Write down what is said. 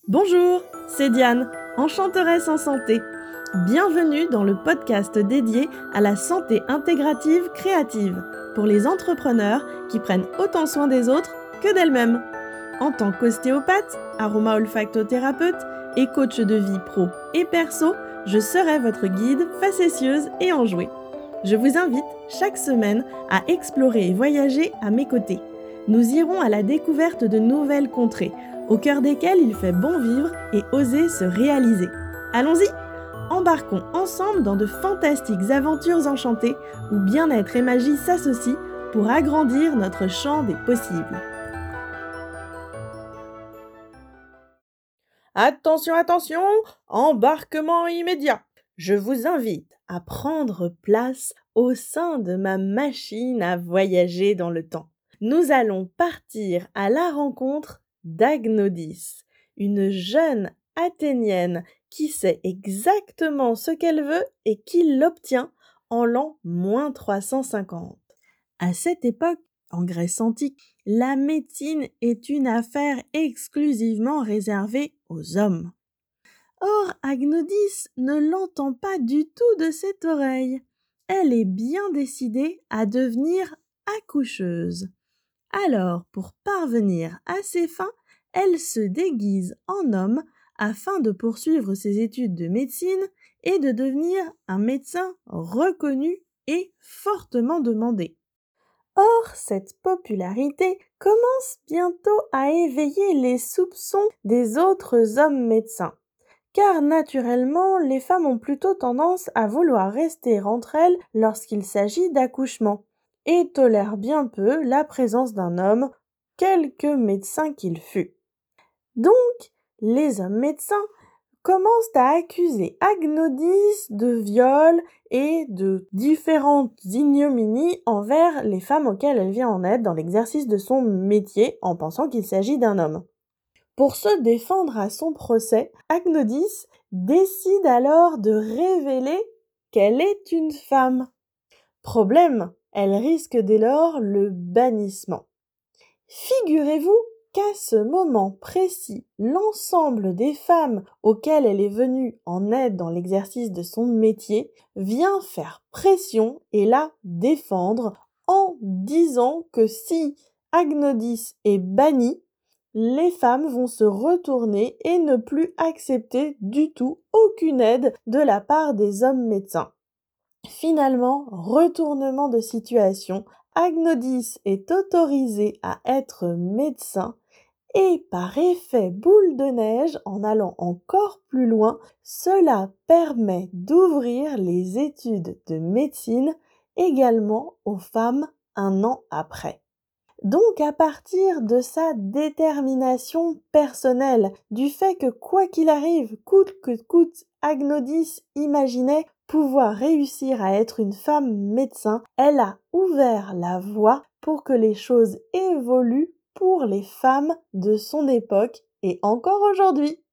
Bonjour, c'est Diane, enchanteresse en santé. Bienvenue dans le podcast dédié à la santé intégrative créative pour les entrepreneurs qui prennent autant soin des autres que d'elles-mêmes. En tant qu'ostéopathe, aroma-olfactothérapeute et coach de vie pro et perso, je serai votre guide facétieuse et enjouée. Je vous invite chaque semaine à explorer et voyager à mes côtés. Nous irons à la découverte de nouvelles contrées, au cœur desquelles il fait bon vivre et oser se réaliser. Allons-y! Embarquons ensemble dans de fantastiques aventures enchantées où bien-être et magie s'associent pour agrandir notre champ des possibles. Attention, attention, embarquement immédiat. Je vous invite à prendre place au sein de ma machine à voyager dans le temps. Nous allons partir à la rencontre d'Agnodis, une jeune Athénienne qui sait exactement ce qu'elle veut et qui l'obtient en l'an -350. À cette époque, en Grèce antique, la médecine est une affaire exclusivement réservée aux hommes. Or, Agnodis ne l'entend pas du tout de cette oreille. Elle est bien décidée à devenir accoucheuse. Alors, pour parvenir à ses fins, elle se déguise en homme afin de poursuivre ses études de médecine et de devenir un médecin reconnu et fortement demandé. Or, cette popularité commence bientôt à éveiller les soupçons des autres hommes médecins. Car naturellement, les femmes ont plutôt tendance à vouloir rester entre elles lorsqu'il s'agit d'accouchement, et tolèrent bien peu la présence d'un homme, quelque médecin qu'il fût. Donc, les hommes médecins commencent à accuser Agnodis de viol et de différentes ignominies envers les femmes auxquelles elle vient en aide dans l'exercice de son métier en pensant qu'il s'agit d'un homme. Pour se défendre à son procès, Agnodis décide alors de révéler qu'elle est une femme. Problème, elle risque dès lors le bannissement. Figurez-vous qu'à ce moment précis, l'ensemble des femmes auxquelles elle est venue en aide dans l'exercice de son métier vient faire pression et la défendre en disant que si Agnodis est bannie, les femmes vont se retourner et ne plus accepter du tout aucune aide de la part des hommes médecins. Finalement, retournement de situation, Agnodis est autorisée à être médecin et par effet boule de neige, en allant encore plus loin, cela permet d'ouvrir les études de médecine également aux femmes un an après. Donc à partir de sa détermination personnelle, du fait que quoi qu'il arrive, coûte que coûte, Agnodis imaginait pouvoir réussir à être une femme médecin, elle a ouvert la voie pour que les choses évoluent pour les femmes de son époque et encore aujourd'hui.